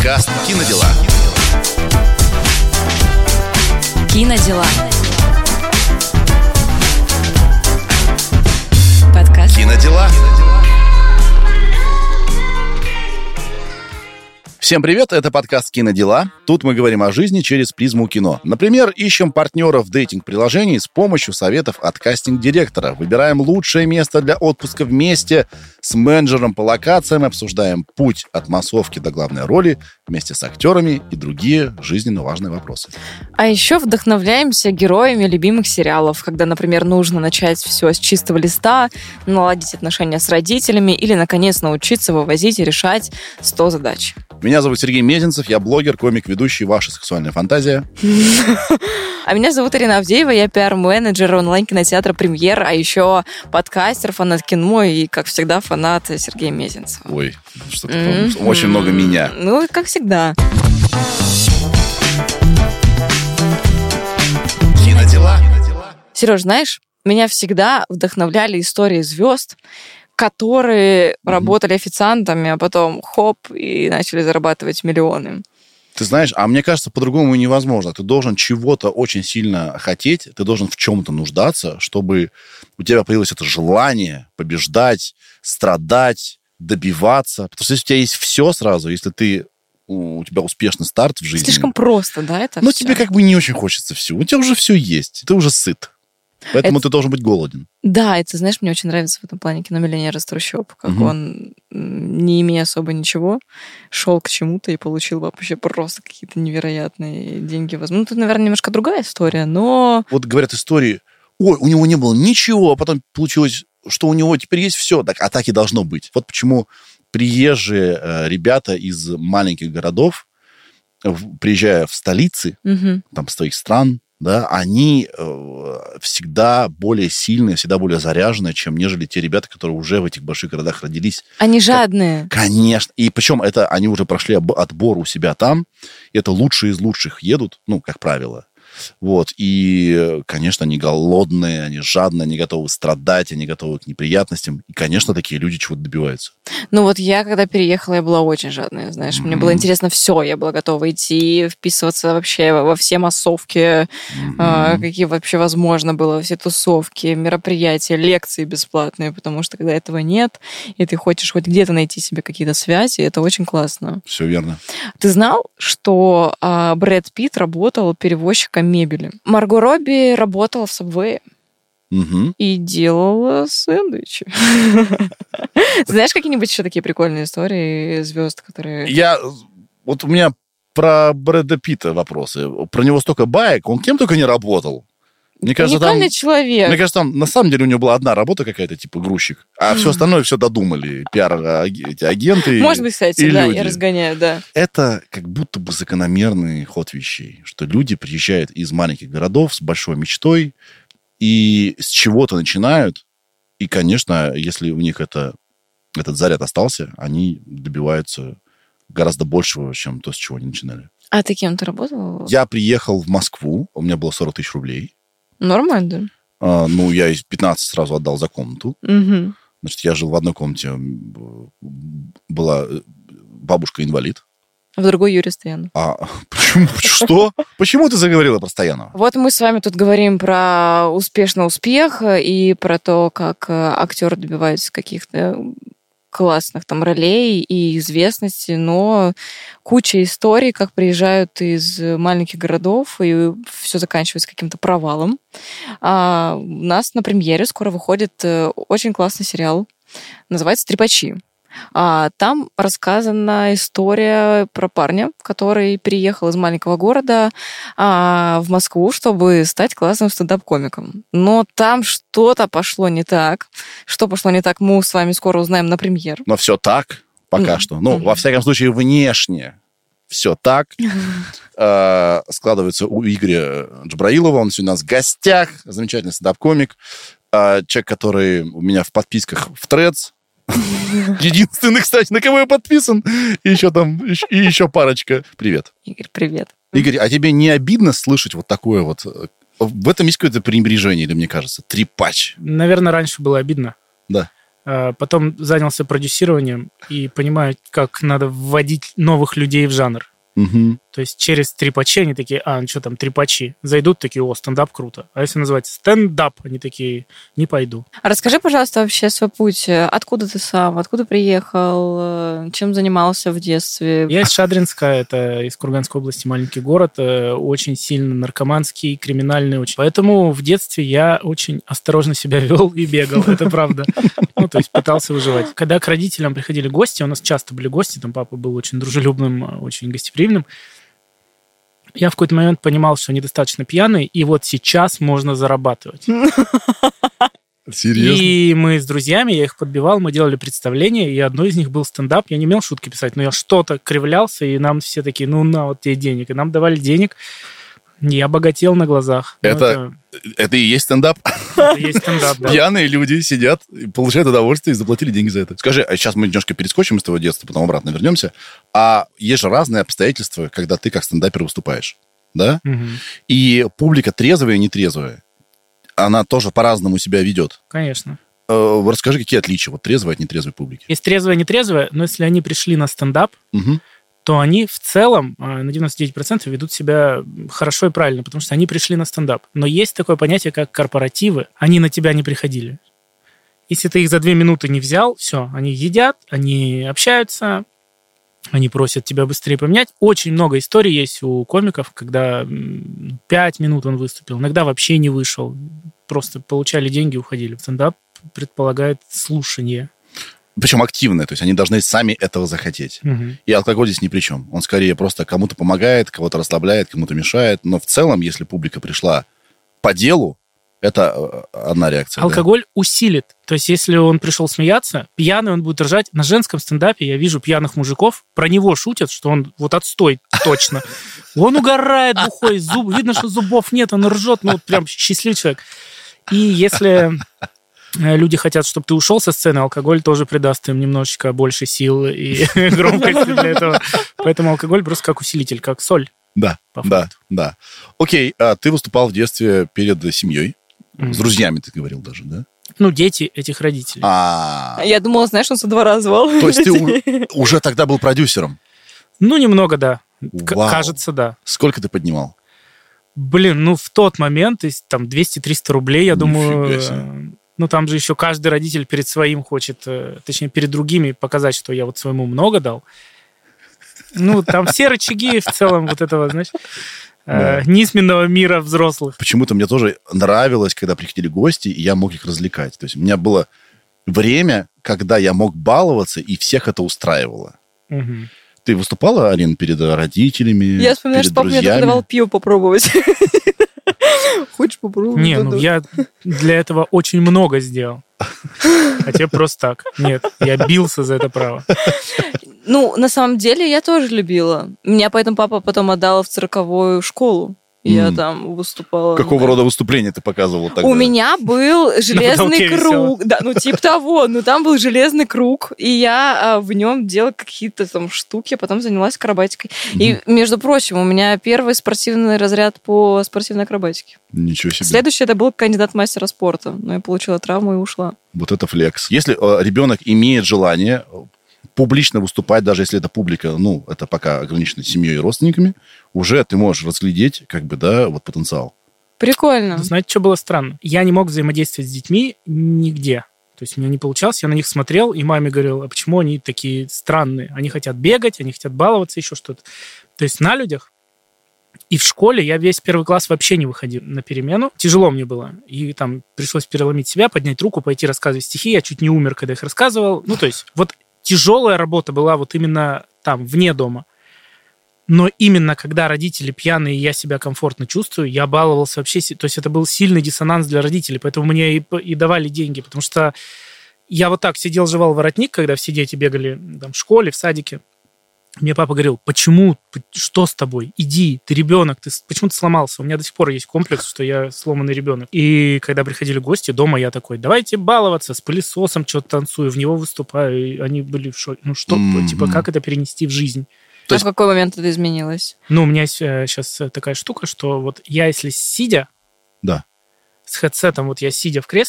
Подкаст «Кинодела». Кинодела. Подкаст «Кинодела». Всем привет, это подкаст «Кинодела». Тут мы говорим о жизни через призму кино. Например, ищем партнеров дейтинг-приложений с помощью советов от кастинг-директора. Выбираем лучшее место для отпуска вместе с менеджером по локациям, обсуждаем путь от массовки до главной роли вместе с актерами и другие жизненно важные вопросы. А еще вдохновляемся героями любимых сериалов, когда, например, нужно начать все с чистого листа, наладить отношения с родителями или, наконец, научиться вывозить и решать 100 задач. Меня зовут Сергей Мезенцев, я блогер, комик, ведущий «Ваша сексуальная фантазия». А меня зовут Ирина Авдеева, я пиар-менеджер онлайн-кинотеатра «Премьер», а еще подкастер, фанат кино и, как всегда, фанат Сергея Мезенцева. Ой, что-то очень много меня. Ну, как всегда. Кинодела. Сереж, знаешь, меня всегда вдохновляли истории звезд, которые работали официантами, а потом хоп, и начали зарабатывать миллионы. Ты знаешь, а мне кажется, по-другому невозможно. Ты должен чего-то очень сильно хотеть, ты должен в чем-то нуждаться, чтобы у тебя появилось это желание побеждать, страдать, добиваться. Потому что если у тебя есть все сразу, если у тебя успешный старт в жизни... Слишком просто, да, это Но все? тебе как бы не очень хочется всего. У тебя уже все есть, ты уже сыт. Поэтому ты должен быть голоден. Да, это, знаешь, мне очень нравится в этом плане кино «Миллионер из трущоб», как он, не имея особо ничего, шел к чему-то и получил вообще просто какие-то невероятные деньги. Ну, тут, наверное, немножко другая история, но... Вот говорят истории, ой, у него не было ничего, а потом получилось, что у него теперь есть все. Так и должно быть. Вот почему приезжие ребята из маленьких городов, приезжая в столицы, там, своих стран, да, они всегда более сильные, всегда более заряженные, чем нежели те ребята, которые уже в этих больших городах родились. Они жадные. Конечно. И причем они уже прошли отбор у себя там. Это лучшие из лучших едут, ну, как правило. Вот. И, конечно, они голодные, они жадные, они готовы страдать, они готовы к неприятностям. И, конечно, такие люди чего-то добиваются. Ну вот я, когда переехала, я была очень жадная, знаешь. Мне было интересно все. Я была готова идти, вписываться вообще во все массовки, какие вообще возможно было, все тусовки, мероприятия, лекции бесплатные, потому что когда этого нет, и ты хочешь хоть где-то найти себе какие-то связи, это очень классно. Все верно. Ты знал, что Брэд Питт работал перевозчиком мебели? Марго Робби работала в Subway. И делала сэндвичи. Знаешь какие-нибудь еще такие прикольные истории звезд, которые... Вот у меня про Брэда Питта вопросы. Про него столько баек, он кем только не работал. Мне кажется, уникальный человек. Мне кажется, там на самом деле у него была одна работа какая-то, типа грузчик, а все остальное все додумали. Эти агенты. Может быть, кстати, и да, люди. я разгоняю, да. Это как будто бы закономерный ход вещей, что люди приезжают из маленьких городов с большой мечтой и с чего-то начинают. И, конечно, если у них этот заряд остался, они добиваются гораздо большего, чем то, с чего они начинали. А ты кем-то работал? Я приехал в Москву, у меня было 40 тысяч рублей. Нормально, да? Я из 15 сразу отдал за комнату. Значит, я жил в одной комнате. Была бабушка-инвалид. В другой Юрий Стоянов. Почему? Что? Почему ты заговорила про Стоянова? Вот мы с вами тут говорим про успешный успех и про то, как актеры добиваются каких-то классных там ролей и известности, но куча историй, как приезжают из маленьких городов, и все заканчивается каким-то провалом. У нас на премьере скоро выходит очень классный сериал, называется «Трепачи». Там рассказана история про парня, который переехал из маленького города в Москву, чтобы стать классным стендап-комиком. Но там что-то пошло не так. Что пошло не так, мы с вами скоро узнаем на премьер. Но все так пока что. Во всяком случае, внешне все так. Складывается у Игоря Джабраилова. Он сегодня у нас в гостях. Замечательный стендап-комик. Человек, который у меня в подписках в Threads. Единственный, кстати, на кого я подписан. И еще парочка. Привет. Игорь, привет. Игорь, а тебе не обидно слышать вот такое вот В этом есть какое-то пренебрежение, или мне кажется, трепач. Наверное, раньше было обидно. Да. Потом занялся продюсированием и понимаю, как надо вводить новых людей в жанр. Угу. То есть через трепачи они такие, ну что там, трепачи. Зайдут такие, стендап круто. А если называть стендап, они такие, не пойду. А расскажи, пожалуйста, вообще свой путь. Откуда ты сам? Откуда приехал? Чем занимался в детстве? Я из Шадринска, это из Курганской области, маленький город, очень сильно наркоманский, криминальный очень. Поэтому в детстве я очень осторожно себя вел и бегал, это правда. То есть пытался выживать. Когда к родителям приходили гости, у нас часто были гости, там папа был очень дружелюбным, очень гостеприимным, я в какой-то момент понимал, что они достаточно пьяные, и вот сейчас можно зарабатывать. Серьезно? И мы с друзьями, я их подбивал, мы делали представление, и одно из них был стендап. Я не умел шутки писать, но я что-то кривлялся, и нам все такие, на вот тебе денег. И нам давали денег, я богател на глазах. Это и есть стендап? Это и есть стендап, да. Пьяные люди сидят, получают удовольствие и заплатили деньги за это. Скажи, а сейчас мы немножко перескочим из твоего детства, потом обратно вернемся. А есть же разные обстоятельства, когда ты как стендапер выступаешь, да? Угу. И публика трезвая и нетрезвая, она тоже по-разному себя ведет. Конечно. Расскажи, какие отличия вот трезвой от нетрезвой публики? Есть трезвая и нетрезвая, но если они пришли на стендап, Угу. то они в целом на 99% ведут себя хорошо и правильно, потому что они пришли на стендап. Но есть такое понятие, как корпоративы. Они на тебя не приходили. Если ты их за 2 минуты не взял, все, они едят, они общаются, они просят тебя быстрее поменять. Очень много историй есть у комиков, когда 5 минут он выступил, иногда вообще не вышел. Просто получали деньги и уходили. Стендап предполагает слушание. Причем активное, то есть они должны сами этого захотеть. Угу. И алкоголь здесь ни при чем. Он скорее просто кому-то помогает, кого-то расслабляет, кому-то мешает. Но в целом, если публика пришла по делу, это одна реакция. Алкоголь усилит. То есть если он пришел смеяться, пьяный он будет ржать. На женском стендапе я вижу пьяных мужиков, про него шутят, что он вот отстой точно. Он угорает бухой, видно, что зубов нет, он ржет, прям счастливый человек. И если люди хотят, чтобы ты ушел со сцены, алкоголь тоже придаст им немножечко больше сил и громкости для этого. Поэтому алкоголь просто как усилитель, как соль. Да. Окей, а ты выступал в детстве перед семьей? С друзьями, ты говорил даже, да? Дети этих родителей. Я думала, знаешь, он со двора звал. То есть ты уже тогда был продюсером? Немного, да. Вау. Кажется, да. Сколько ты поднимал? В тот момент, там 200-300 рублей, я думаю... себе. Там же еще каждый родитель перед своим хочет, точнее, перед другими показать, что я вот своему много дал. Там все рычаги в целом вот этого, знаешь, низменного мира взрослых. Почему-то мне тоже нравилось, когда приходили гости, и я мог их развлекать. То есть у меня было время, когда я мог баловаться, и всех это устраивало. Угу. Ты выступала, Арин, перед родителями, я вспоминаю, что папа мне тогда давал пиво попробовать. Хочешь попробовать? Я для этого очень много сделал. А тебе просто так. Нет, я бился за это право. На самом деле, я тоже любила. Меня поэтому папа потом отдал в цирковую школу. Я там выступала. Какого рода выступления ты показывала тогда? У меня был железный круг. Да, типа того. Там был железный круг, и я в нем делала какие-то там штуки, потом занялась акробатикой. И, между прочим, у меня первый спортивный разряд по спортивной акробатике. Ничего себе. Следующий это был кандидат в мастера спорта. Но я получила травму и ушла. Вот это флекс. Если ребенок имеет желание публично выступать, даже если это публика, это пока ограничено семьей и родственниками, уже ты можешь разглядеть, потенциал. Прикольно. Знаете, что было странно? Я не мог взаимодействовать с детьми нигде. То есть у меня не получалось, я на них смотрел, и маме говорил, а почему они такие странные? Они хотят бегать, они хотят баловаться, еще что-то. То есть на людях. И в школе я весь первый класс вообще не выходил на перемену. Тяжело мне было. И там пришлось переломить себя, поднять руку, пойти рассказывать стихи. Я чуть не умер, когда их рассказывал. Тяжелая работа была вот именно там, вне дома. Но именно когда родители пьяные, и я себя комфортно чувствую, я баловался вообще. То есть это был сильный диссонанс для родителей, поэтому мне и давали деньги, потому что я вот так сидел, жевал воротник, когда все дети бегали там, в школе, в садике. Мне папа говорил, почему, что с тобой? Иди, ты ребенок, почему ты сломался? У меня до сих пор есть комплекс, что я сломанный ребенок. И когда приходили гости, дома я такой, давайте баловаться, с пылесосом что-то танцую, в него выступаю. И они были в шоке. Как это перенести в жизнь? А в какой момент это изменилось? У меня сейчас такая штука, что вот я, если сидя, да, с хедсетом, вот я сидя в кресле,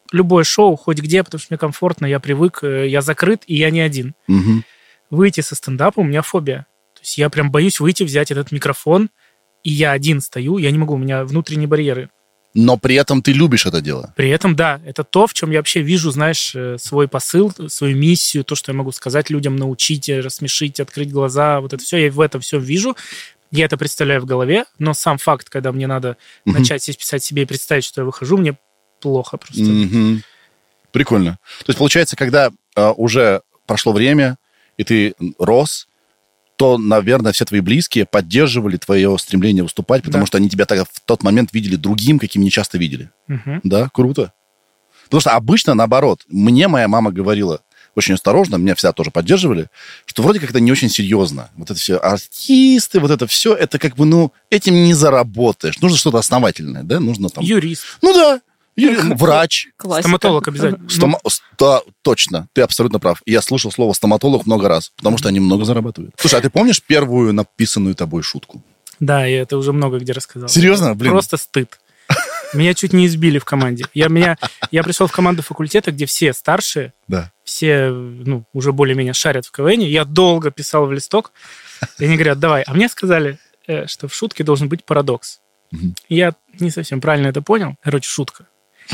любое шоу, хоть где, потому что мне комфортно, я привык, я закрыт, и я не один. Мгм. Выйти со стендапа у меня фобия. То есть я прям боюсь выйти, взять этот микрофон, и я один стою, я не могу, у меня внутренние барьеры. Но при этом ты любишь это дело. При этом, да, это то, в чем я вообще вижу, знаешь, свой посыл, свою миссию, то, что я могу сказать людям, научить, рассмешить, открыть глаза, вот это все, я в этом все вижу. Я это представляю в голове, но сам факт, когда мне надо начать сесть писать себе и представить, что я выхожу, мне плохо просто. Мгм. Прикольно. То есть, получается, когда уже прошло время, и ты рос, то, наверное, все твои близкие поддерживали твое стремление выступать, потому Да. что они тебя тогда в тот момент видели другим, каким не часто видели. Мгм. Да, круто. Потому что обычно, наоборот, мне моя мама говорила очень осторожно, меня всегда тоже поддерживали, что вроде как это не очень серьезно. Вот это все артисты, вот это все, это как бы, ну, этим не заработаешь. Нужно что-то основательное, да? Нужно там... Юрист, Ну да, врач. Классика. стоматолог обязательно. Да, точно, ты абсолютно прав. Я слышал слово стоматолог много раз, потому что они много зарабатывают. Слушай, а ты помнишь первую написанную тобой шутку? Да, я это уже много где рассказал. Серьезно? Блин. Просто стыд. Меня чуть не избили в команде. Я пришел в команду факультета, где все старшие, Да. все, ну, уже более-менее шарят в КВН. Я долго писал в листок, и они говорят, давай. А мне сказали, что в шутке должен быть парадокс. Мгм. Я не совсем правильно это понял. Короче, шутка.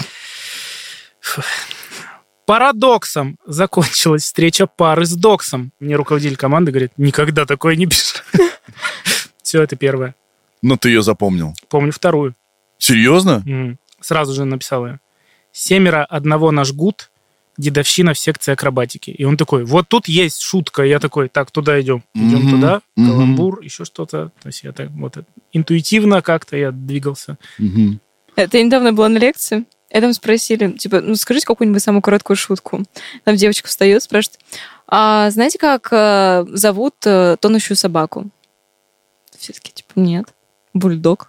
Фу. Парадоксом закончилась встреча пары с Доксом. Мне руководитель команды говорит, никогда такое не пиши. Все, это первое. Ну, ты ее запомнил. Помню вторую. Серьезно? Сразу же написал я. 7 одного на жгут, дедовщина в секции акробатики. И он такой, вот тут есть шутка. Я такой, так, туда идем. Идем Мгм. туда, Мгм. каламбур, еще что-то. То есть я так вот интуитивно как-то я двигался. Мгм. Это недавно была на лекции. И там спросили, типа, ну скажите какую-нибудь самую короткую шутку. Там девочка встает, спрашивает, а знаете, как зовут тонущую собаку? Все таки типа, нет. Бульдог.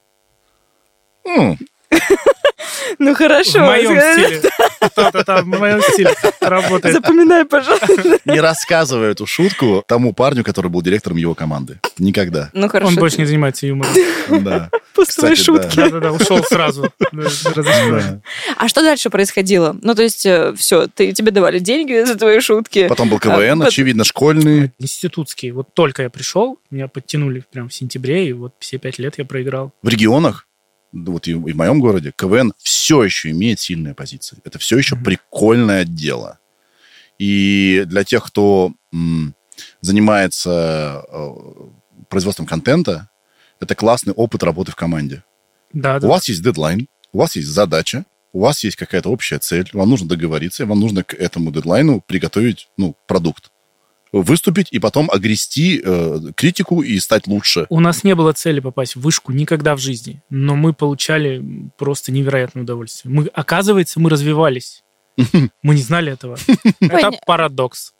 Ну хорошо. В моем стиле. Кто-то там в моем стиле работает. Запоминай, пожалуйста. Не рассказывай эту шутку тому парню, который был директором его команды. Никогда. Ну хорошо. Он больше не занимается юмором. Да. После твоей Кстати, шутки. да. Да-да-да, ушел сразу. Да, разочарование. Да. А что дальше происходило? Ну, то есть, все, тебе давали деньги за твои шутки. Потом был КВН, очевидно, школьный. Институтский. Вот только я пришел, меня подтянули прям в сентябре, и вот все 5 лет я проиграл. В регионах, вот и в моем городе, КВН все еще имеет сильные позиции. Это все еще прикольное дело. И для тех, кто занимается производством контента, это классный опыт работы в команде. Да, У да. вас есть дедлайн, у вас есть задача, у вас есть какая-то общая цель, вам нужно договориться, и вам нужно к этому дедлайну приготовить, продукт. Выступить и потом огрести критику и стать лучше. У нас не было цели попасть в вышку никогда в жизни, но мы получали просто невероятное удовольствие. Оказывается, мы развивались. Мы не знали этого. Это парадокс.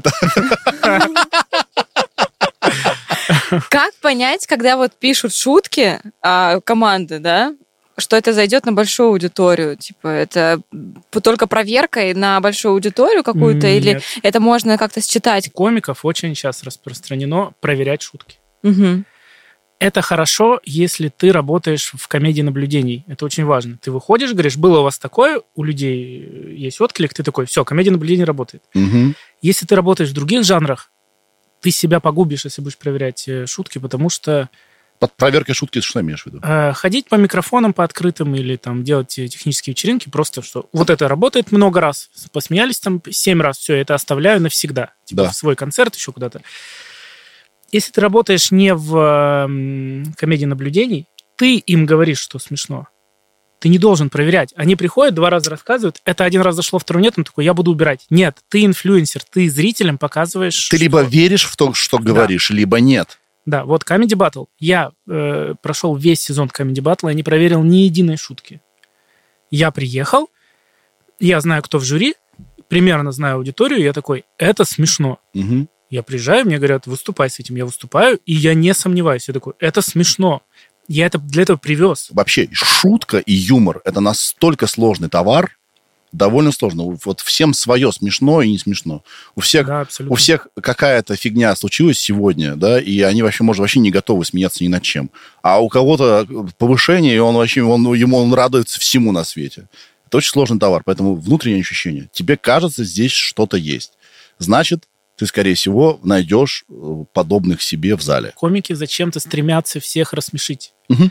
Как понять, когда вот пишут шутки команды, да, что это зайдет на большую аудиторию? Типа, это только проверкой на большую аудиторию какую-то? Или Нет. это можно как-то считать? У комиков очень сейчас распространено проверять шутки. Угу. Это хорошо, если ты работаешь в комедии наблюдений. Это очень важно. Ты выходишь, говоришь, было у вас такое, у людей есть отклик, ты такой, все, комедия наблюдений работает. Мгм. Если ты работаешь в других жанрах, ты себя погубишь, если будешь проверять шутки, потому что Под проверкой шутки, что имеешь в виду? ходить по микрофонам по открытым или там делать технические вечеринки, просто что вот это работает много раз, посмеялись там 7 раз, все, это оставляю навсегда. Типа Да. в свой концерт, еще куда-то. Если ты работаешь не в комедии наблюдений, ты им говоришь, что смешно. Ты не должен проверять. Они приходят, 2 раза рассказывают, это 1 раз зашло, 2 нет, он такой, я буду убирать. Нет, ты инфлюенсер, ты зрителям показываешь... Ты либо веришь в то, что говоришь, либо нет. Да, вот Comedy Battle. Я прошел весь сезон Comedy Battle, я не проверил ни единой шутки. Я приехал, я знаю, кто в жюри, примерно знаю аудиторию, я такой, это смешно. Мгм. Я приезжаю, мне говорят, выступай с этим. Я выступаю, и я не сомневаюсь. Я такой, это смешно. Я это для этого привез. Вообще, шутка и юмор – это настолько сложный товар, довольно сложно. Вот всем свое смешно и не смешно. У всех, Да, абсолютно. у всех какая-то фигня случилась сегодня, да, и они вообще, может, вообще не готовы смеяться ни над чем. А у кого-то повышение, и он вообще, он радуется всему на свете. Это очень сложный товар, поэтому внутреннее ощущение. Тебе кажется, здесь что-то есть. Значит, ты, скорее всего, найдешь подобных себе в зале. Комики зачем-то стремятся всех рассмешить. Мгм.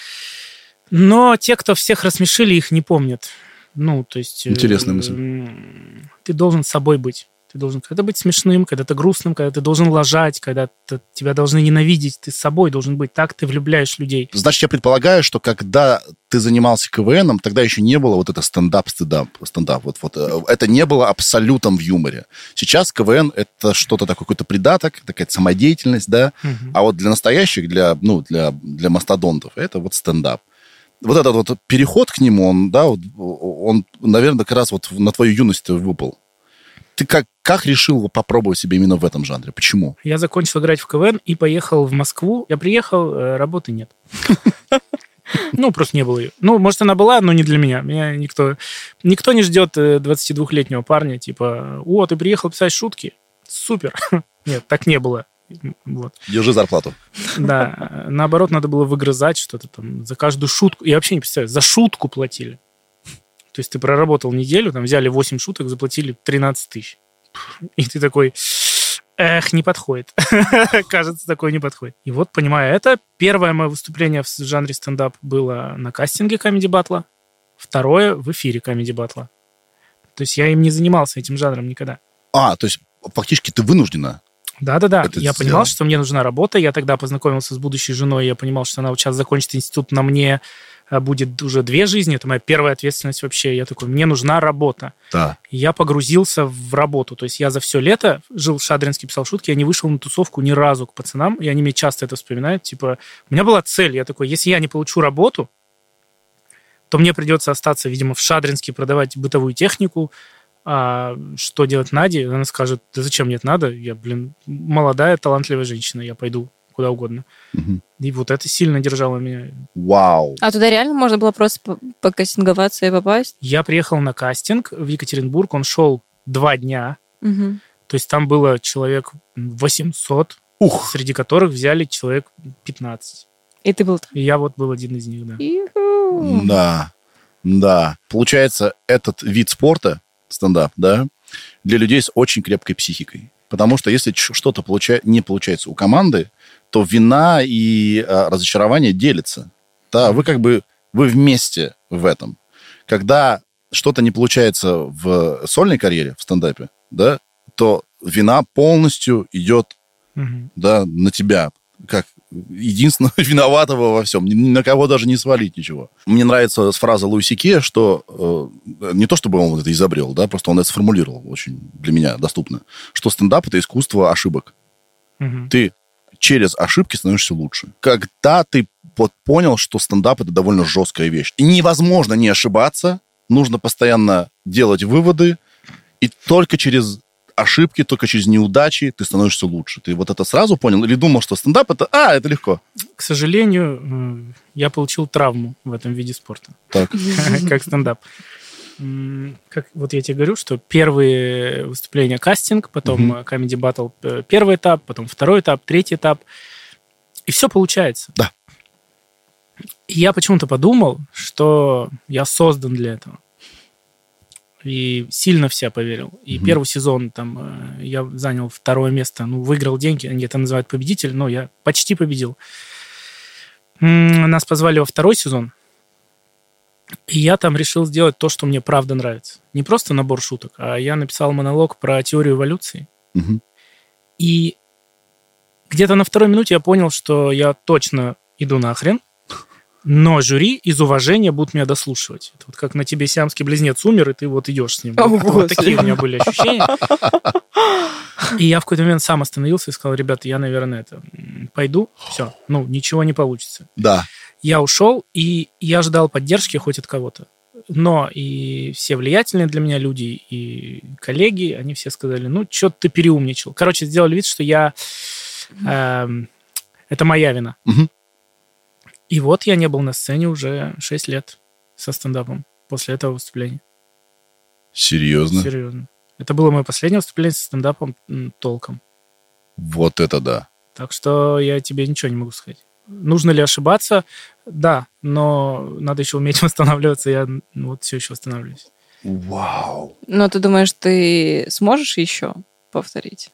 Но те, кто всех рассмешили, их не помнят. Ну, то есть... Интересная мысль. Ты должен собой быть. Ты должен когда быть смешным, когда-то грустным, когда ты должен лажать, когда тебя должны ненавидеть. Ты с собой должен быть. Так ты влюбляешь людей. Значит, я предполагаю, что когда ты занимался КВНом, тогда еще не было вот это стендап. Вот, это не было абсолютом в юморе. Сейчас КВН — это что-то такое, какой-то придаток, такая самодеятельность, да. Мгм. А вот для настоящих, для мастодонтов, это вот стендап. Вот этот вот переход к нему, он, наверное, как раз вот на твою юность выпал. Ты как решил попробовать себя именно в этом жанре? Почему? Я закончил играть в КВН и поехал в Москву. Я приехал, работы нет. Ну, просто не было ее. Ну, может, она была, но не для меня. Меня никто не ждет 22-летнего парня, типа, о, ты приехал писать шутки? Супер. Нет, так не было. Вот. Держи зарплату. Да, наоборот, надо было выгрызать что-то там за каждую шутку. Я вообще не представляю, за шутку платили. То есть ты проработал неделю, там взяли 8 шуток, заплатили 13 тысяч. И ты такой, не подходит. Кажется, такое не подходит. И вот, понимая это, первое мое выступление в жанре стендап было на кастинге Comedy Battle, второе в эфире Comedy Battle. То есть я им не занимался, этим жанром никогда. То есть фактически ты вынуждена. Да-да-да. Это Я сделал. понимал, что мне нужна работа. Я тогда познакомился с будущей женой. Я понимал, что она вот сейчас закончит институт, на мне будет уже 2 жизни. Это моя первая ответственность вообще. Я такой, мне нужна работа. Да. И я погрузился в работу. То есть я за все лето жил в Шадринске, писал шутки. Я не вышел на тусовку ни разу к пацанам. И они мне часто это вспоминают. Типа, у меня была цель. Я такой, если я не получу работу, то мне придется остаться, видимо, в Шадринске, продавать бытовую технику. А что делать Наде? Она скажет, да зачем мне это надо? Я, молодая, талантливая женщина, я пойду куда угодно. Мгм. И вот это сильно держало меня. Вау. А туда реально можно было просто покастинговаться и попасть? Я приехал на кастинг в Екатеринбург, он шел 2 дня, Мгм. то есть там было человек 800, Ух. среди которых взяли человек 15. И ты был там? И я вот был один из них, да. Иху. Да. Получается, этот вид спорта, стендап, да, для людей с очень крепкой психикой. Потому что если что-то не получается у команды, то вина и разочарование делятся. Да, вы вместе в этом. Когда что-то не получается в сольной карьере, в стендапе, да, то вина полностью идет, Мгм. да, на тебя, как единственного виноватого во всем. Ни на кого даже не свалить ничего. Мне нравится фраза Луиси Кея, что не то чтобы он это изобрел, да, просто он это сформулировал очень для меня доступно, что стендап — это искусство ошибок. Мгм. Ты через ошибки становишься лучше. Когда ты понял, что стендап — это довольно жесткая вещь. И невозможно не ошибаться, нужно постоянно делать выводы, и только через ошибки, только через неудачи ты становишься лучше. Ты вот это сразу понял? Или думал, что стендап — это легко? К сожалению, я получил травму в этом виде спорта. Так. Как стендап. Как вот я тебе говорю, что первые выступления кастинг, потом Comedy Battle первый этап, потом второй этап, третий этап. И все получается. Да. И я почему-то подумал, что я создан для этого. И сильно в себя поверил. И первый сезон там я занял 2 место, выиграл деньги, они это называют победитель, но я почти победил. Нас позвали во 2 сезон, и я там решил сделать то, что мне правда нравится. Не просто набор шуток, а я написал монолог про теорию эволюции. Мгм. И где-то на 2-й минуте я понял, что я точно иду нахрен, но жюри из уважения будут меня дослушивать. Это вот как на тебе сиамский близнец умер, и ты вот идешь с ним. О, Вот Господи. такие у меня были ощущения. И я в какой-то момент сам остановился и сказал, ребята, я, наверное, пойду. Все, ничего не получится. Да. Я ушел, и я ждал поддержки хоть от кого-то. Но и все влиятельные для меня люди, и коллеги, они все сказали, что ты переумничал. Короче, сделали вид, что я... это моя вина. Мгм. И вот я не был на сцене уже 6 лет со стендапом после этого выступления. Серьезно? Серьезно. Это было мое последнее выступление со стендапом толком. Вот это да. Так что я тебе ничего не могу сказать. Нужно ли ошибаться? Да, но надо еще уметь восстанавливаться. Я вот все еще восстанавливаюсь. Вау. Но ты думаешь, ты сможешь еще повторить?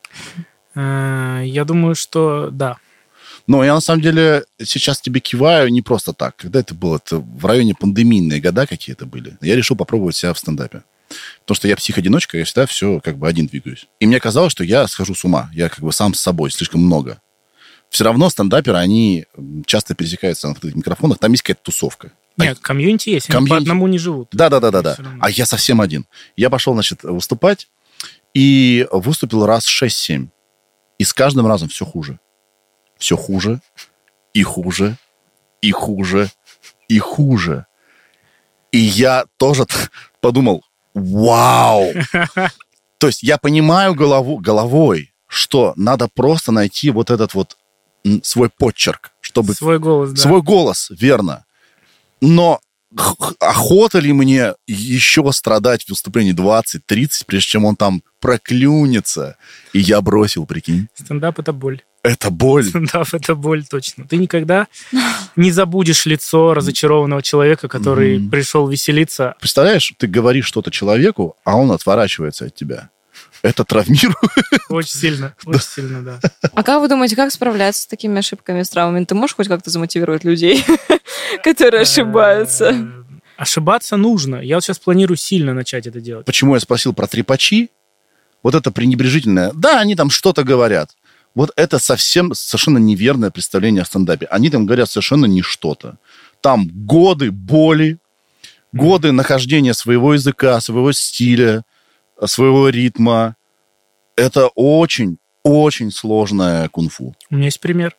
Я думаю, что да. Но я на самом деле сейчас тебе киваю не просто так. Когда это было? Это в районе пандемийные года какие-то были. Я решил попробовать себя в стендапе. Потому что я псих-одиночка, я всегда все как бы один двигаюсь. И мне казалось, что я схожу с ума. Я как бы сам с собой, слишком много. Все равно стендаперы, они часто пересекаются на открытых микрофонах. Там есть какая-то тусовка. Нет, комьюнити есть, они по одному не живут. Да. А я совсем один. Я пошел, значит, выступать, и выступил раз 6-7. И с каждым разом все хуже. Все хуже, и хуже, и хуже, и хуже. И я тоже подумал, вау! То есть я понимаю головой, что надо просто найти вот этот вот свой почерк, чтобы... Свой голос, да. Свой голос, верно. Но охота ли мне еще страдать в выступлении 20-30, прежде чем он там проклюнется? И я бросил, прикинь. Стендап — это боль. Это боль. Стендап — это боль, точно. Ты никогда не забудешь лицо разочарованного человека, который пришел веселиться. Представляешь, ты говоришь что-то человеку, а он отворачивается от тебя. Это травмирует. Очень сильно, да. А как вы думаете, как справляться с такими ошибками, с травмами? Ты можешь хоть как-то замотивировать людей, которые ошибаются? Ошибаться нужно. Я вот сейчас планирую сильно начать это делать. Почему я спросил про трепачи? Вот это пренебрежительное. Да, они там что-то говорят. Вот это совершенно неверное представление о стендапе. Они там говорят совершенно не что-то. Там годы боли, годы нахождения своего языка, своего стиля, своего ритма. Это очень сложное кунг-фу. У меня есть пример.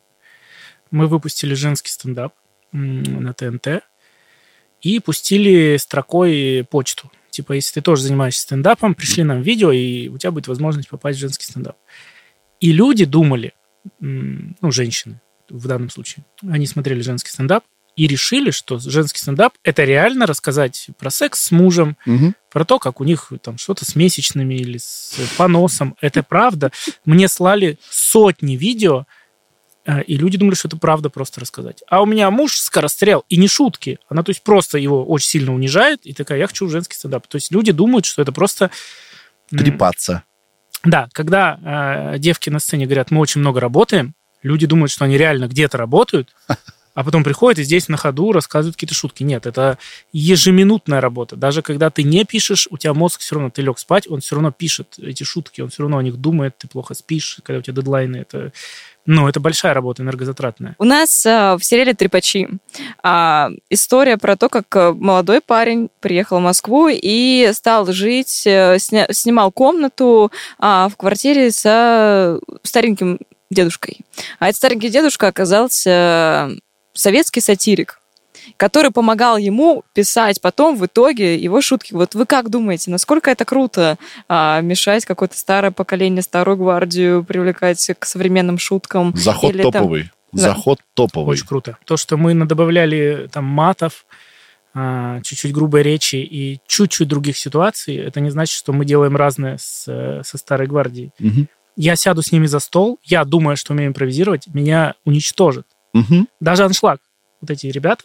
Мы выпустили женский стендап на ТНТ и пустили строкой почту. Типа, если ты тоже занимаешься стендапом, пришли нам видео, и у тебя будет возможность попасть в женский стендап. И люди думали, женщины в данном случае, они смотрели женский стендап и решили, что женский стендап – это реально рассказать про секс с мужем, про то, как у них там что-то с месячными или с поносом. Это правда. Мне слали сотни видео, и люди думали, что это правда просто рассказать. А у меня муж скорострел, и не шутки. Она, то есть, просто его очень сильно унижает, и такая, я хочу женский стендап. То есть люди думают, что это просто... Трепаться. Да, когда девки на сцене говорят, мы очень много работаем, люди думают, что они реально где-то работают, а потом приходят и здесь на ходу рассказывают какие-то шутки. Нет, это ежеминутная работа. Даже когда ты не пишешь, у тебя мозг все равно, ты лег спать, он все равно пишет эти шутки, он все равно о них думает, ты плохо спишь, когда у тебя дедлайны. Это большая работа, энергозатратная. У нас в сериале «Трепачи» история про то, как молодой парень приехал в Москву и стал жить, снимал комнату в квартире со стареньким дедушкой. А этот старенький дедушка оказался советский сатирик, который помогал ему писать потом в итоге его шутки. Вот вы как думаете, насколько это круто мешать какое-то старое поколение, старую гвардию, привлекать к современным шуткам? Заход или топовый. Да. Заход топовый. Очень круто. То, что мы надобавляли там матов, чуть-чуть грубой речи и чуть-чуть других ситуаций, это не значит, что мы делаем разное со старой гвардией. Я сяду с ними за стол, я думаю, что умею импровизировать, меня уничтожат. Даже аншлаг. Вот эти ребята,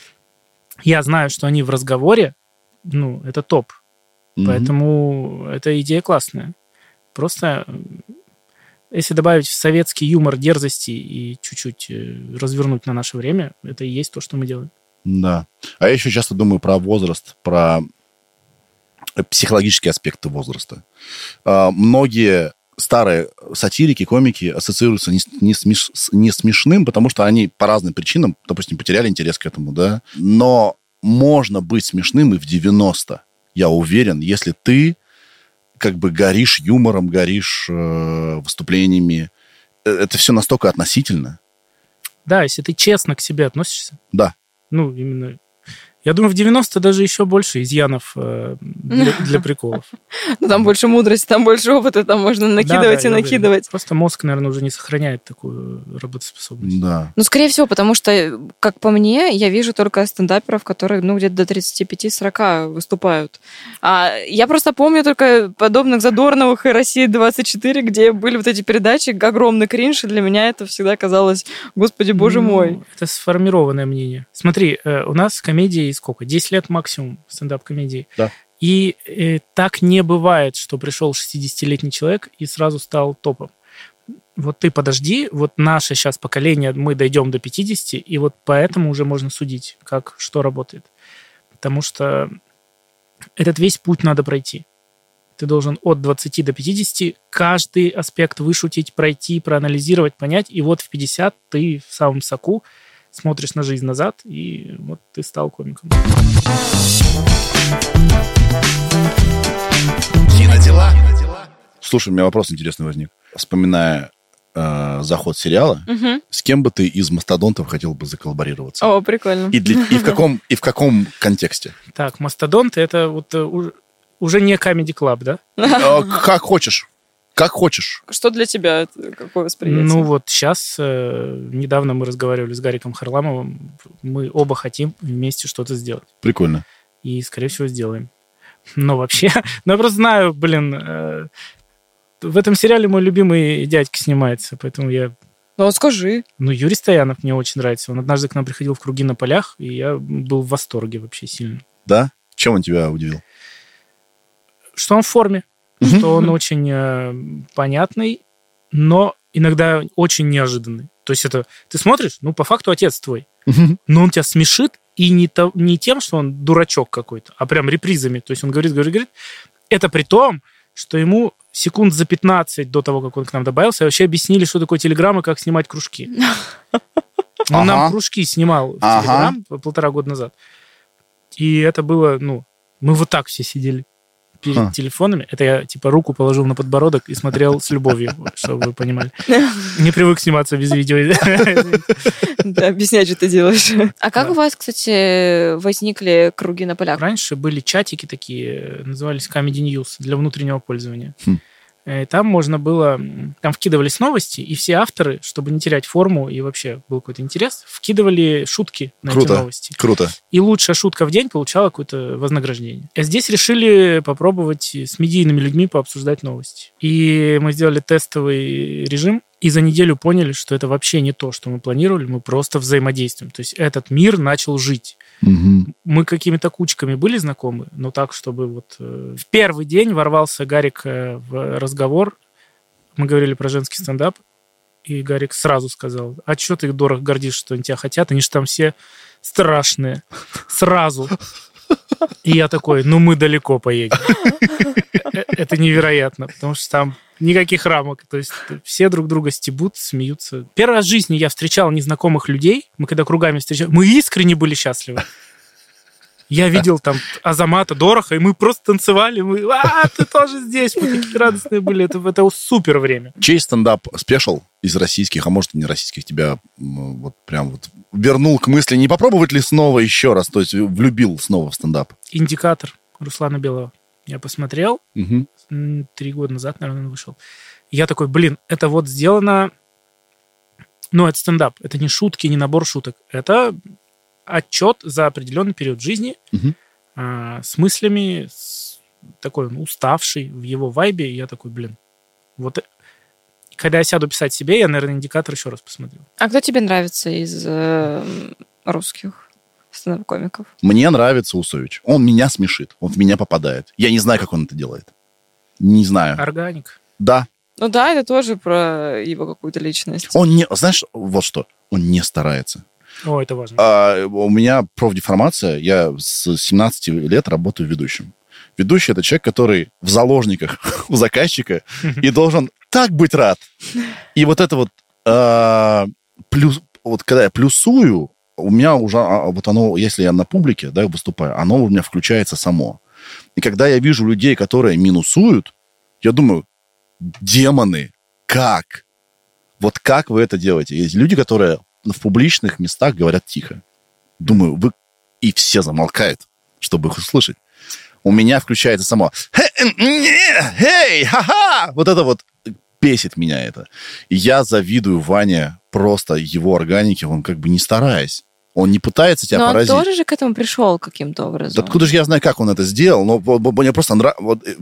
я знаю, что они в разговоре, это топ. Поэтому эта идея классная. Просто если добавить в советский юмор дерзости и чуть-чуть развернуть на наше время, это и есть то, что мы делаем. Да. А я еще часто думаю про возраст, про психологические аспекты возраста. Многие старые сатирики, комики ассоциируются не смешным, потому что они по разным причинам, допустим, потеряли интерес к этому, да. Но можно быть смешным и в 90. Я уверен, если ты как бы горишь юмором, горишь выступлениями. Это все настолько относительно. Да, если ты честно к себе относишься. Да. Именно Я думаю, в 90 даже еще больше изъянов для приколов. Ну, там больше мудрости, там больше опыта, там можно накидывать и накидывать. Просто мозг, наверное, уже не сохраняет такую работоспособность. Да. Ну, скорее всего, потому что, как по мне, я вижу только стендаперов, которые, где-то до 35-40 выступают. А я просто помню только подобных Задорновых и «Россия-24», где были вот эти передачи, огромный кринж, и для меня это всегда казалось, господи, боже мой. Это сформированное мнение. Смотри, у нас комедии сколько? 10 лет максимум стендап-комедии. Да. И так не бывает, что пришел 60-летний человек и сразу стал топом. Вот ты подожди, вот наше сейчас поколение, мы дойдем до 50, и вот поэтому уже можно судить, как, что работает. Потому что этот весь путь надо пройти. Ты должен от 20 до 50 каждый аспект вышутить, пройти, проанализировать, понять, и вот в 50 ты в самом соку смотришь на жизнь назад, и вот ты стал комиком. Кинодела. Слушай, у меня вопрос интересный возник. Вспоминая заход сериала, с кем бы ты из мастодонтов хотел бы заколлаборироваться? О, прикольно. И в каком контексте? Так, мастодонты — это вот уже не Comedy Club, да? Как хочешь. Как хочешь. Что для тебя? Какое восприятие? Ну вот сейчас, недавно мы разговаривали с Гариком Харламовым, мы оба хотим вместе что-то сделать. Прикольно. И, скорее всего, сделаем. Но вообще, я просто знаю, в этом сериале мой любимый дядька снимается, поэтому я... Ну, скажи. Ну, Юрий Стоянов мне очень нравится. Он однажды к нам приходил в «Круги на полях», и я был в восторге вообще сильно. Да? Чем он тебя удивил? Что он в форме, что он очень понятный, но иногда очень неожиданный. То есть это ты смотришь, по факту отец твой, но он тебя смешит, и не тем, что он дурачок какой-то, а прям репризами. То есть он говорит. Это при том, что ему секунд за 15 до того, как он к нам добавился, вообще объяснили, что такое Телеграм и как снимать кружки. Он нам кружки снимал в Телеграм 1,5 года назад. И это было, мы вот так все сидели перед телефонами. Это я, руку положил на подбородок и смотрел с любовью, чтобы вы понимали. Не привык сниматься без видео. Да, объяснять, что ты делаешь. А как у вас, кстати, возникли «Круги на полях»? Раньше были чатики такие, назывались Comedy News, для внутреннего пользования. И там можно было... Там вкидывались новости, и все авторы, чтобы не терять форму и вообще был какой-то интерес, вкидывали шутки на эти новости. Круто. И лучшая шутка в день получала какое-то вознаграждение. А здесь решили попробовать с медийными людьми пообсуждать новости. И мы сделали тестовый режим, и за неделю поняли, что это вообще не то, что мы планировали, мы просто взаимодействуем. То есть этот мир начал жить. Мы какими-то кучками были знакомы, но так, чтобы в первый день ворвался Гарик в разговор. Мы говорили про женский стендап, и Гарик сразу сказал: а что ты дорого гордишь, что они тебя хотят? Они же там все страшные. Сразу. И я такой: мы далеко поедем. Это невероятно, потому что там никаких рамок. То есть все друг друга стебут, смеются. Первый раз в жизни я встречал незнакомых людей. Мы когда кругами встречались, мы искренне были счастливы. Я видел там Азамата, Дороха, и мы просто танцевали. Ты тоже здесь. Мы такие радостные были. Это супер время. Чей стендап-спешл из российских, а может и не российских, тебя вернул к мысли, не попробовать ли снова еще раз, то есть влюбил снова в стендап? «Индикатор» Руслана Белого. Я посмотрел. 3 года назад, наверное, он вышел. Я такой: это сделано... это стендап. Это не шутки, не набор шуток. Это отчет за определенный период жизни с мыслями, такой он уставший в его вайбе. И я такой: когда я сяду писать себе, я, наверное, «Индикатор» еще раз посмотрю. А кто тебе нравится из русских стендап-комиков? Мне нравится Усович. Он меня смешит, он в меня попадает. Я не знаю, как он это делает. Не знаю. Органик. Да. Ну да, это тоже про его какую-то личность. Знаешь, вот что, он не старается. О, это важно. У меня профдеформация, я с 17 лет работаю ведущим. Ведущий — это человек, который в заложниках у заказчика и должен так быть рад. И когда я плюсую, у меня уже, оно, если я на публике, выступаю, оно у меня включается само. И когда я вижу людей, которые минусуют, я думаю: демоны, как? Вот как вы это делаете? Есть люди, которые в публичных местах говорят тихо. Думаю, и все замолкают, чтобы их услышать. У меня включается само «Эй, ха-ха!» Вот это вот бесит меня это. И я завидую Ване просто его органике, он как бы не стараясь. Он не пытается тебя поразить. Но он тоже же к этому пришел каким-то образом. Да откуда же я знаю, как он это сделал? Но мне просто нравится...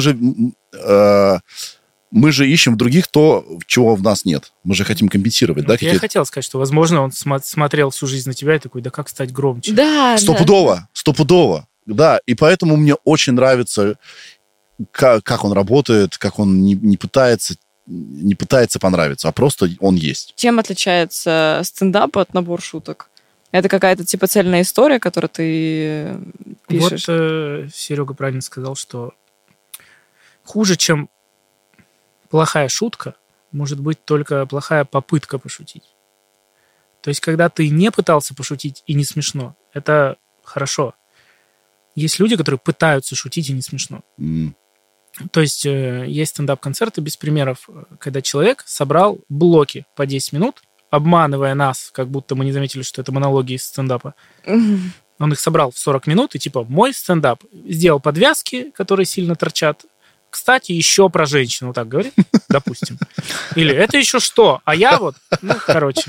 Мы же ищем в других то, чего в нас нет. Мы же хотим компенсировать, да? Я и хотел сказать, что, возможно, он смотрел всю жизнь на тебя и такой, да как стать громче? Да, Стопудово. Да, и поэтому мне очень нравится, как он работает, как он не пытается понравиться, а просто он есть. Чем отличается стендап от набора шуток? Это какая-то типа цельная история, которую ты пишешь? Вот Серега правильно сказал, что хуже, чем плохая шутка, может быть только плохая попытка пошутить. То есть, когда ты не пытался пошутить и не смешно, это хорошо. Есть люди, которые пытаются шутить и не смешно. То есть, есть стендап-концерты без примеров, когда человек собрал блоки по 10 минут, обманывая нас, как будто мы не заметили, что это монологи из стендапа. Он их собрал в 40 минут, и типа, мой стендап. Сделал подвязки, которые сильно торчат. Кстати, еще про женщину, так говорит, допустим. Или это еще что? А я вот, короче.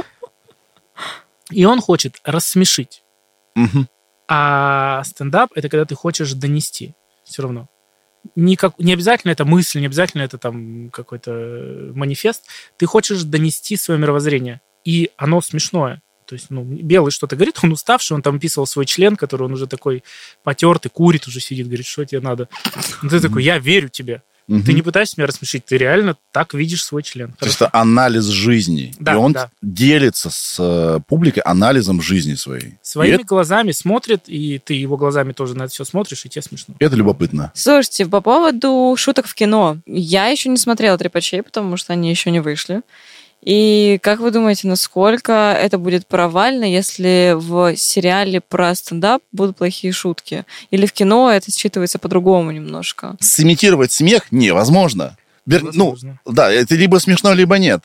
И он хочет рассмешить. А стендап — это когда ты хочешь донести все равно. Не обязательно это мысль, не обязательно это там какой-то манифест. Ты хочешь донести свое мировоззрение. И оно смешное. То есть, Белый что-то говорит, он уставший, он там описывал свой член, который он уже такой потертый, курит, уже сидит, говорит, что тебе надо. Ты такой, я верю тебе. Ты не пытаешься меня рассмешить, ты реально так видишь свой член. То есть это анализ жизни. Да, и он делится с публикой анализом жизни своей. Своими глазами смотрит, и ты его глазами тоже на это все смотришь, и тебе смешно. Это любопытно. Слушайте, по поводу шуток в кино. Я еще не смотрела «Трепачей», потому что они еще не вышли. И как вы думаете, насколько это будет провально, если в сериале про стендап будут плохие шутки? Или в кино это считывается по-другому немножко? Сымитировать смех невозможно. Да, это либо смешно, либо нет.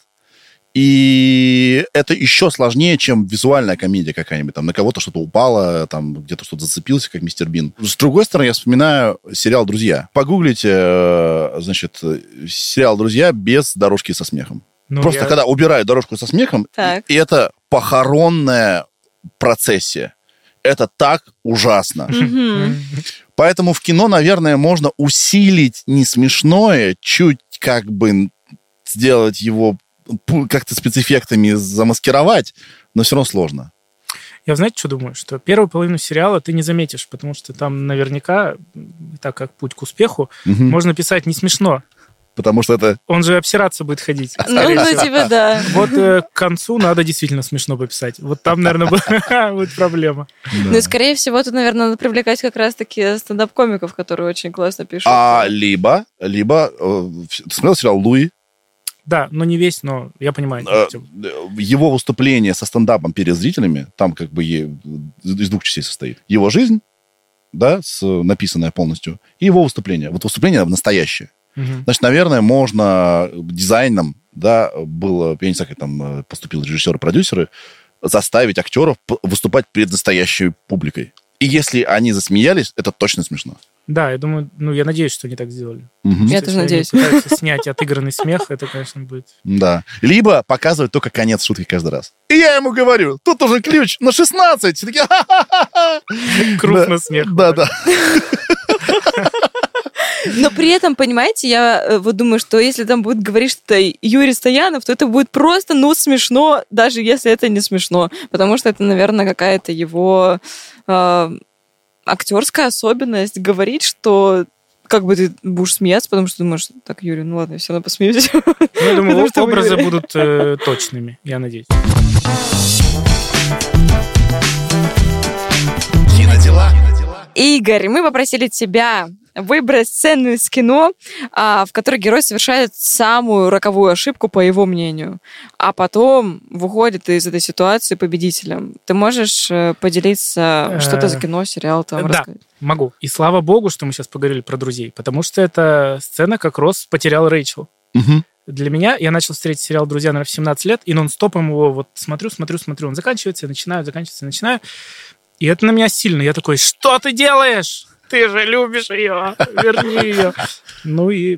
И это еще сложнее, чем визуальная комедия какая-нибудь. Там на кого-то что-то упало, там где-то что-то зацепился, как мистер Бин. С другой стороны, я вспоминаю сериал «Друзья». Погуглите, значит, сериал «Друзья» без дорожки со смехом. Просто когда убирают дорожку со смехом, и это похоронная процессия. Это так ужасно. Поэтому в кино, наверное, можно усилить несмешное, чуть как бы сделать его как-то спецэффектами замаскировать, но все равно сложно. Я, знаете, что думаю? Что первую половину сериала ты не заметишь, потому что там наверняка, так как путь к успеху, можно писать не смешно. Потому что это... Он же обсираться будет ходить. Тебе да. Вот к концу надо действительно смешно пописать. Вот там, наверное, будет проблема. Ну и, скорее всего, тут, наверное, надо привлекать как раз-таки стендап-комиков, которые очень классно пишут. Либо... Ты смотрел сериал «Луи»? Да, но не весь, но я понимаю. Его выступление со стендапом перед зрителями, там как бы из 2 частей состоит. Его жизнь, да, написанная полностью, и его выступление. Вот выступление настоящее. Значит, наверное, можно дизайном, да, было, я не знаю, как там поступили режиссеры, продюсеры, заставить актеров выступать перед настоящей публикой. И если они засмеялись, это точно смешно. Да, я думаю, я надеюсь, что они так сделали. Я тоже надеюсь. Если они пытаются снять отыгранный смех, это, конечно, будет... Да. Либо показывать только конец шутки каждый раз. И я ему говорю, тут уже ключ на 16. Все такие, ха-ха-ха-ха. Крупно смех. Да. Но при этом, понимаете, я вот думаю, что если там будет говорить что-то Юрий Стоянов, то это будет просто, смешно, даже если это не смешно. Потому что это, наверное, какая-то его актерская особенность говорить, что как бы ты будешь смеяться, потому что думаешь, так, Юрий, ладно, я все равно посмеюсь. Я думаю, образы будут точными, я надеюсь. Игорь, мы попросили тебя выбрать сцену из кино, в которой герой совершает самую роковую ошибку, по его мнению, а потом выходит из этой ситуации победителем. Ты можешь поделиться, что это за кино, сериал там рассказать? Да, могу. И слава богу, что мы сейчас поговорили про друзей, потому что это сцена, как Росс потерял Рэйчел. Для меня, я начал смотреть сериал «Друзья», наверное, в 17 лет, и нон-стопом его вот смотрю, он заканчивается, я начинаю. И это на меня сильно. Я такой, что ты делаешь? Ты же любишь ее, верни ее. Ну и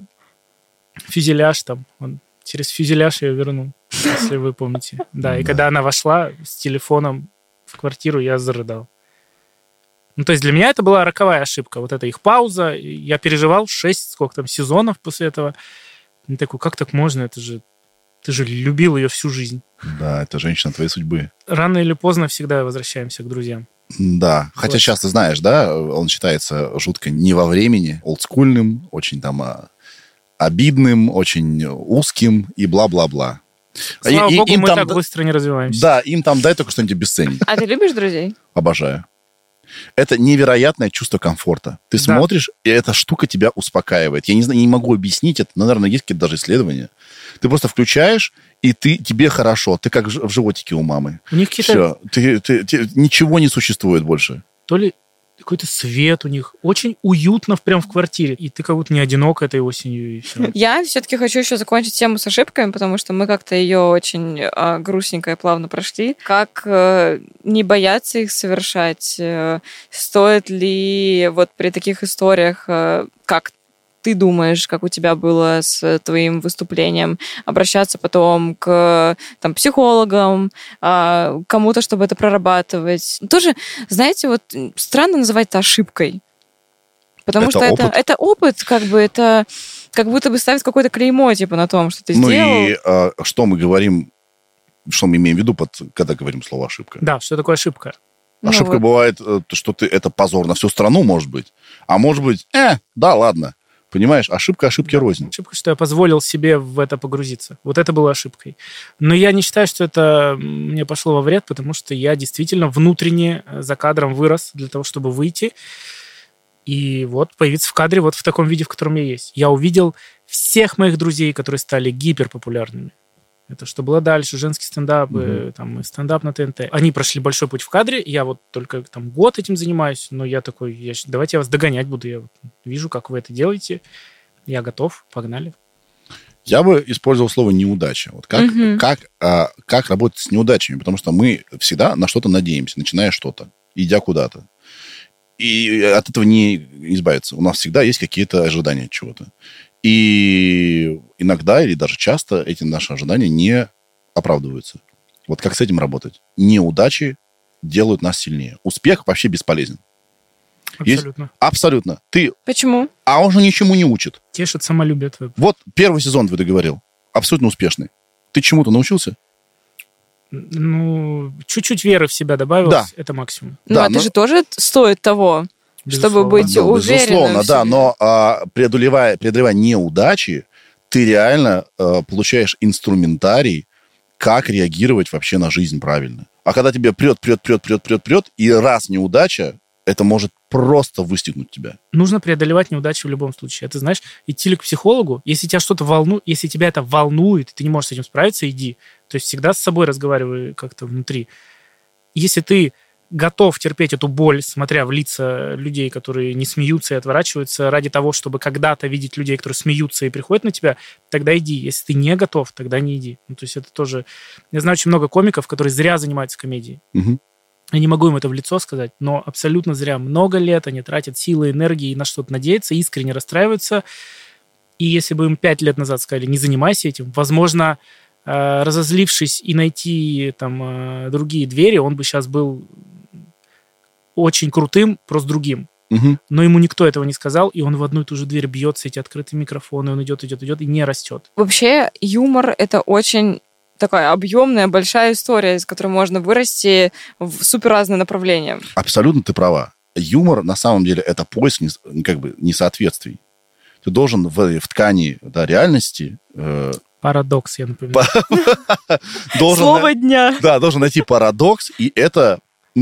фюзеляж там. Он через фюзеляж ее вернул, если вы помните. Да, и когда она вошла с телефоном в квартиру, я зарыдал. Ну, то есть для меня это была роковая ошибка. Вот эта их пауза. Я переживал 6 сезонов после этого. Я такой, как так можно? Ты же любил ее всю жизнь. Да, это женщина твоей судьбы. Рано или поздно всегда возвращаемся к друзьям. Да, хотя сейчас ты знаешь, да, он считается жутко не во времени, олдскульным, очень там обидным, очень узким и бла-бла-бла. Слава богу, мы там, так быстро не развиваемся. Да, им там дай только что-нибудь обесценить. А ты любишь друзей? Обожаю. Это невероятное чувство комфорта. Ты смотришь, и эта штука тебя успокаивает. Я не знаю, не могу объяснить это, но, наверное, есть какие-то даже исследования. Ты просто включаешь, и тебе хорошо. Ты как в животике у мамы. У них какие-то... Все. Ничего не существует больше. То ли какой-то свет у них. Очень уютно прям в квартире. И ты как будто не одинок этой осенью. И все. Я все-таки хочу еще закончить тему с ошибками, потому что мы как-то ее очень грустненько и плавно прошли. Как не бояться их совершать? Стоит ли вот при таких историях, как ты думаешь, как у тебя было с твоим выступлением, обращаться потом к психологам, кому-то, чтобы это прорабатывать? Тоже, знаете, вот странно называть это ошибкой. Потому что это опыт, это как будто бы ставит какое-то клеймо на том, что ты сделал. Ну и что мы говорим, что мы имеем в виду, когда говорим слово «ошибка»? Да, что такое ошибка? Ошибка бывает, что это позор на всю страну, может быть. А может быть, да, ладно. Понимаешь, ошибки рознь. Ошибка, что я позволил себе в это погрузиться. Вот это было ошибкой. Но я не считаю, что это мне пошло во вред, потому что я действительно внутренне за кадром вырос для того, чтобы выйти и вот появиться в кадре вот в таком виде, в котором я есть. Я увидел всех моих друзей, которые стали гиперпопулярными. Это что было дальше, женский стендап, стендап на ТНТ. Они прошли большой путь в кадре, я вот только год этим занимаюсь, но я такой, давайте я вас догонять буду, я вижу, как вы это делаете, я готов, погнали. Я бы использовал слово «неудача». Вот как работать с неудачами, потому что мы всегда на что-то надеемся, начиная что-то, идя куда-то. И от этого не избавиться. У нас всегда есть какие-то ожидания от чего-то. И иногда или даже часто эти наши ожидания не оправдываются. Вот как с этим работать? Неудачи делают нас сильнее. Успех вообще бесполезен. Абсолютно. Абсолютно. Почему? А он же ничему не учит. Тешит самолюбие твое. Вот первый сезон ты договорил. Абсолютно успешный. Ты чему-то научился? Ну, чуть-чуть веры в себя добавилось. Да. Это максимум. Это же тоже стоит того. Безусловно. Чтобы быть уверенным. Безусловно, да, но преодолевая неудачи, ты реально получаешь инструментарий, как реагировать вообще на жизнь правильно. А когда тебе прет, и раз неудача, это может просто выстегнуть тебя. Нужно преодолевать неудачи в любом случае. Это, знаешь, идти ли к психологу, если тебя что-то волнует, если тебя это волнует, и ты не можешь с этим справиться, иди. То есть всегда с собой разговаривай как-то внутри. Если ты готов терпеть эту боль, смотря в лица людей, которые не смеются и отворачиваются ради того, чтобы когда-то видеть людей, которые смеются и приходят на тебя, тогда иди. Если ты не готов, тогда не иди. Ну, то есть это тоже... Я знаю очень много комиков, которые зря занимаются комедией. Угу. Я не могу им это в лицо сказать, но абсолютно зря. Много лет они тратят силы, энергии и на что-то надеются, искренне расстраиваются. И если бы им 5 лет назад сказали, не занимайся этим, возможно, разозлившись и найти там другие двери, он бы сейчас был очень крутым, просто другим. Угу. Но ему никто этого не сказал, и он в одну и ту же дверь бьется, эти открытые микрофоны, он идет и не растет. Вообще юмор — это очень такая объемная, большая история, из которой можно вырасти в супер разные направления. Абсолютно ты права. Юмор, на самом деле, это поиск несоответствий. Ты должен в ткани реальности... Парадокс, я напоминаю. Слово дня. Да, должен найти парадокс, и это,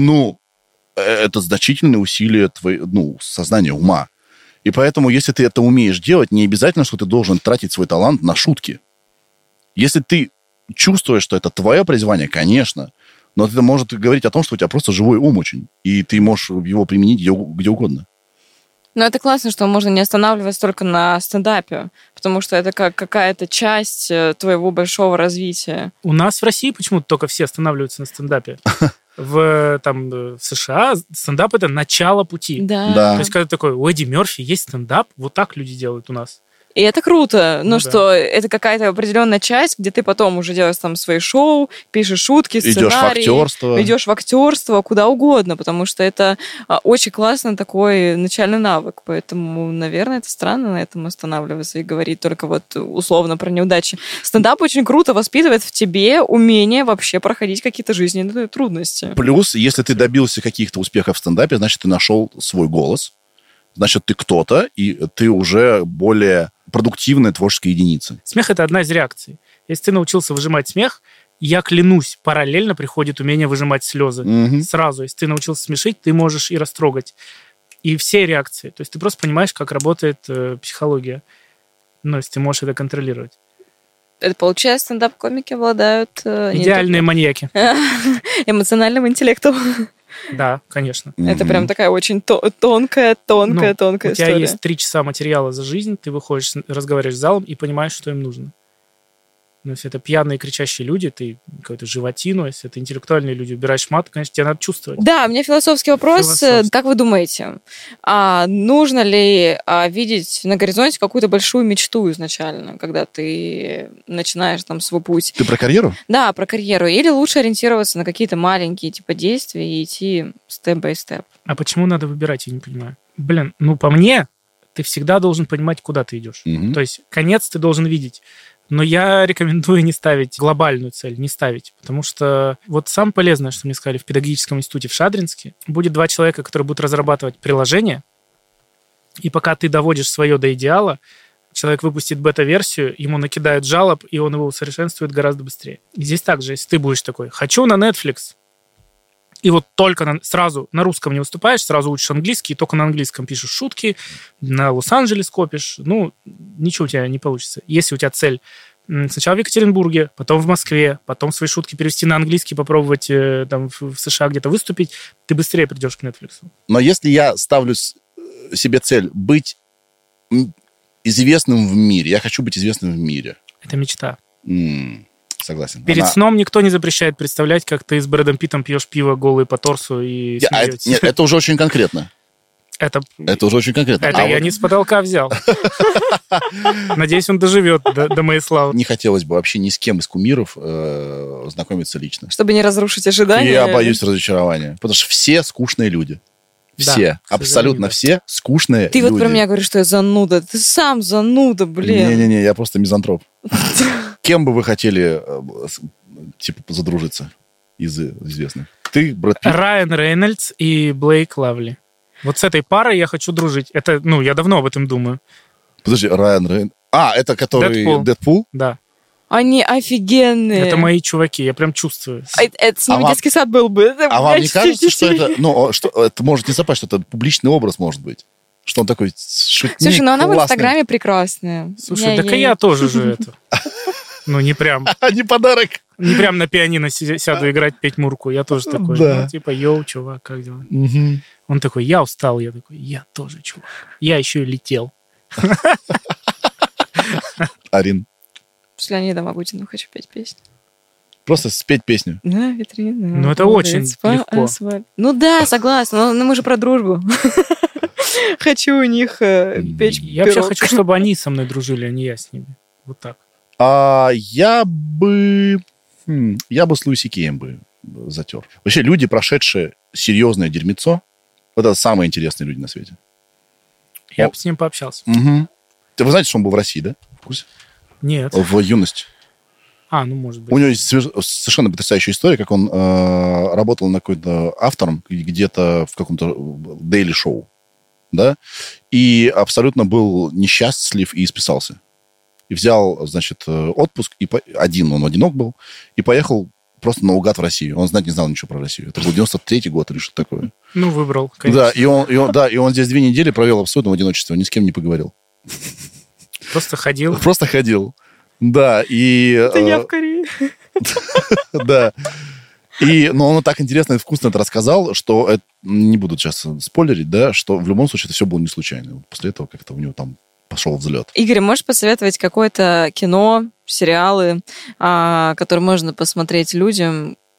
это значительное усилие сознания, ума. И поэтому, если ты это умеешь делать, не обязательно, что ты должен тратить свой талант на шутки. Если ты чувствуешь, что это твое призвание, конечно, но это может говорить о том, что у тебя просто живой ум очень, и ты можешь его применить где угодно. Но это классно, что можно не останавливаться только на стендапе, потому что это как какая-то часть твоего большого развития. У нас в России почему-то только все останавливаются на стендапе. в США стендап — это начало пути. Да. То есть, когда такой, у Эдди Мерфи есть стендап, вот так люди делают у нас. И это круто, Ну что это какая-то определенная часть, где ты потом уже делаешь там свои шоу, пишешь шутки, сценарии. Идешь в актерство, куда угодно, потому что это очень классный такой начальный навык. Поэтому, наверное, это странно на этом останавливаться и говорить только вот условно про неудачи. Стендап очень круто воспитывает в тебе умение вообще проходить какие-то жизненные трудности. Плюс, если ты добился каких-то успехов в стендапе, значит, ты нашел свой голос, значит, ты кто-то, и ты уже более продуктивная творческая единица. Смех — это одна из реакций. Если ты научился выжимать смех, я клянусь, параллельно приходит умение выжимать слезы. Сразу. Если ты научился смешить, ты можешь и растрогать. И все реакции. То есть ты просто понимаешь, как работает психология. Ну, если ты можешь это контролировать. Это, получается, стендап-комики обладают... Идеальные маньяки. Эмоциональным интеллектом. Да, конечно. Это прям такая очень тонкая история. У тебя есть 3 часа материала за жизнь, ты выходишь, разговариваешь с залом и понимаешь, что им нужно. Но если это пьяные кричащие люди, ты какую-то животину, если это интеллектуальные люди, убираешь мат, конечно, тебе надо чувствовать. Да, у меня философский вопрос. Как вы думаете, нужно ли видеть на горизонте какую-то большую мечту изначально, когда ты начинаешь там свой путь? Ты про карьеру? Да, про карьеру. Или лучше ориентироваться на какие-то маленькие типа действия и идти степ-бай-степ? А почему надо выбирать, я не понимаю. По мне, ты всегда должен понимать, куда ты идешь. То есть конец ты должен видеть. Но я рекомендую не ставить глобальную цель, не ставить. Потому что вот самое полезное, что мне сказали в педагогическом институте в Шадринске, будет 2 человека, которые будут разрабатывать приложение, и пока ты доводишь свое до идеала, человек выпустит бета-версию, ему накидают жалоб, и он его усовершенствует гораздо быстрее. И здесь также, если ты будешь такой, хочу на Netflix, и вот только сразу на русском не выступаешь, сразу учишь английский, и только на английском пишешь шутки, на Лос-Анджелес копишь, ничего у тебя не получится. Если у тебя цель сначала в Екатеринбурге, потом в Москве, потом свои шутки перевести на английский, попробовать там в США где-то выступить, ты быстрее придешь к Netflix. Но если я ставлю себе цель быть известным в мире, я хочу быть известным в мире. Это мечта. Согласен. Перед сном никто не запрещает представлять, как ты с Брэдом Питтом пьешь пиво голый по торсу и смеетесь. Нет, это уже очень конкретно. Это уже очень конкретно. Это я не с потолка взял. Надеюсь, он доживет до моей славы. Не хотелось бы вообще ни с кем из кумиров знакомиться лично. Чтобы не разрушить ожидания. Я боюсь разочарования. Потому что все скучные люди. Все, да, абсолютно все скучные люди. Ты вот про меня говоришь, что я зануда. Ты сам зануда, блин. Не-не-не, я просто мизантроп. Кем бы вы хотели, задружиться из известных? Ты, Брэд Питт? Райан Рейнольдс и Блейк Лавли. Вот с этой парой я хочу дружить. Это, я давно об этом думаю. Подожди, Райан Рейнольдс... это который Дэдпул? Да. Они офигенные. Это мои чуваки, я прям чувствую. Это с ними детский сад был бы. Вам не кажется, что это может не совпасть, что это публичный образ может быть? Что он такой шутник, слушай, но она классный. в Инстаграме прекрасная. Слушай, так и я тоже же это. Не прям. Не подарок. Не прям на пианино сяду играть, петь мурку. Я тоже такой. Да. Йоу, чувак, как дела? Он такой, я устал. Я такой, я тоже, чувак. Я еще и летел. Арин. С Леонидом Агутиным хочу петь песню. Просто спеть песню. На витрине. Это очень легко. Да, согласна. Но мы же про дружбу. Хочу у них печь Я вообще хочу, чтобы они со мной дружили, а не я с ними. Вот так. Я бы с Луиси Кеем бы затер. Вообще, люди, прошедшие серьезное дерьмецо, это самые интересные люди на свете. Я бы с ним пообщался. Угу. Вы знаете, что он был в России, да? В курсе? Нет. В юности. Может быть. У него есть совершенно потрясающая история, как он работал на какой-то автором где-то в каком-то дейли-шоу, да, и абсолютно был несчастлив и исписался. И взял, значит, отпуск, он одинок был, и поехал просто наугад в Россию. Он знать не знал ничего про Россию. Это был 93-й год или что-то такое. Выбрал, конечно. Да, и он здесь 2 недели провел абсолютно в одиночестве, он ни с кем не поговорил. Просто ходил. Просто ходил. Да, и... Это я в Корее. Да. Но он так интересно и вкусно это рассказал, что... Не буду сейчас спойлерить, да, что в любом случае это все было не случайно. После этого как-то у него там пошел взлет. Игорь, можешь посоветовать какое-то кино, сериалы, которые можно посмотреть людям,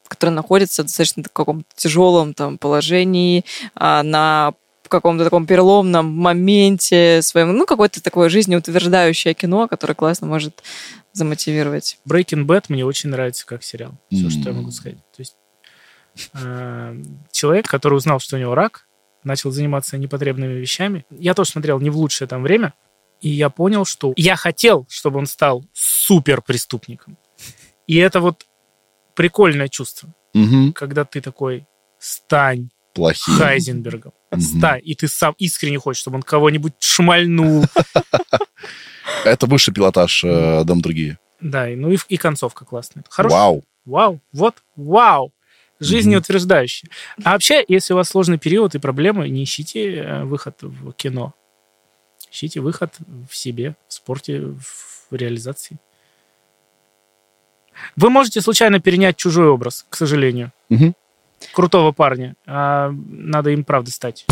который находится в достаточно каком-то тяжелом там положении, на каком-то таком переломном моменте своем, ну, какое-то такое жизнеутверждающее кино, которое классно может замотивировать. Breaking Bad мне очень нравится как сериал. Все, что я могу сказать. То есть человек, который узнал, что у него рак, начал заниматься непотребными вещами. Я тоже смотрел не в лучшее там время, и я понял, что я хотел, чтобы он стал суперпреступником. И это вот прикольное чувство, когда ты такой, стань плохим Хайзенбергом. Стань, и ты сам искренне хочешь, чтобы он кого-нибудь шмальнул. Это высший пилотаж «Дом другие». Да, ну и концовка классная. Вау. Вау. Вот, вау. Жизнеутверждающее. А вообще, если у вас сложный период и проблемы, не ищите выход в кино. Ищите выход в себе, в спорте, в реализации. Вы можете случайно перенять чужой образ, к сожалению. Крутого парня. Надо им, правда, стать.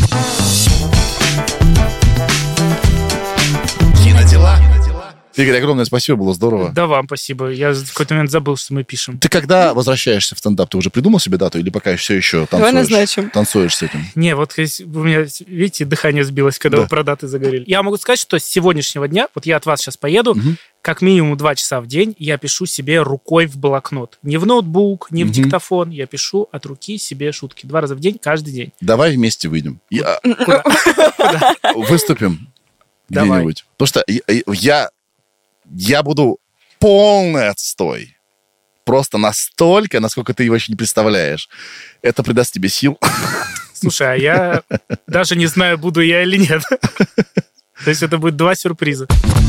Кинодела. Игорь, огромное спасибо, было здорово. Да, вам спасибо. Я в какой-то момент забыл, что мы пишем. Ты когда возвращаешься в стендап? Ты уже придумал себе дату или пока все еще танцуешь с этим? Не, вот у меня, видите, дыхание сбилось, когда вы про даты заговорили. Я могу сказать, что с сегодняшнего дня, вот я от вас сейчас поеду, как минимум 2 часа в день я пишу себе рукой в блокнот. Не в ноутбук, не в диктофон. Я пишу от руки себе шутки. 2 раза в день, каждый день. Давай вместе выйдем. Куда? Выступим где-нибудь. Потому что я буду полный отстой. Просто настолько, насколько ты его еще не представляешь. Это придаст тебе сил. Слушай, а я даже не знаю, буду я или нет. То есть это будет 2 сюрприза.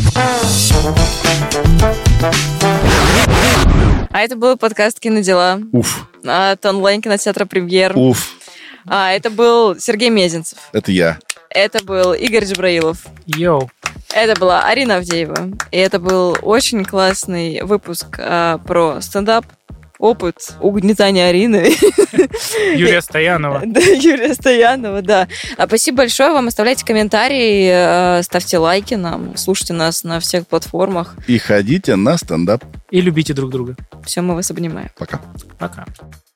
А это был подкаст «Кинодела». Уф. От онлайн-кинотеатра «Премьер». Уф. Это был Сергей Мезенцев. Это я. Это был Игорь Джабраилов. Йоу. Это была Арина Авдеева. И это был очень классный выпуск про стендап, опыт угнетания Арины. Юрия Стоянова. Да, Юрия Стоянова, да. Спасибо большое вам. Оставляйте комментарии, ставьте лайки нам, слушайте нас на всех платформах. И ходите на стендап. И любите друг друга. Все, мы вас обнимаем. Пока. Пока.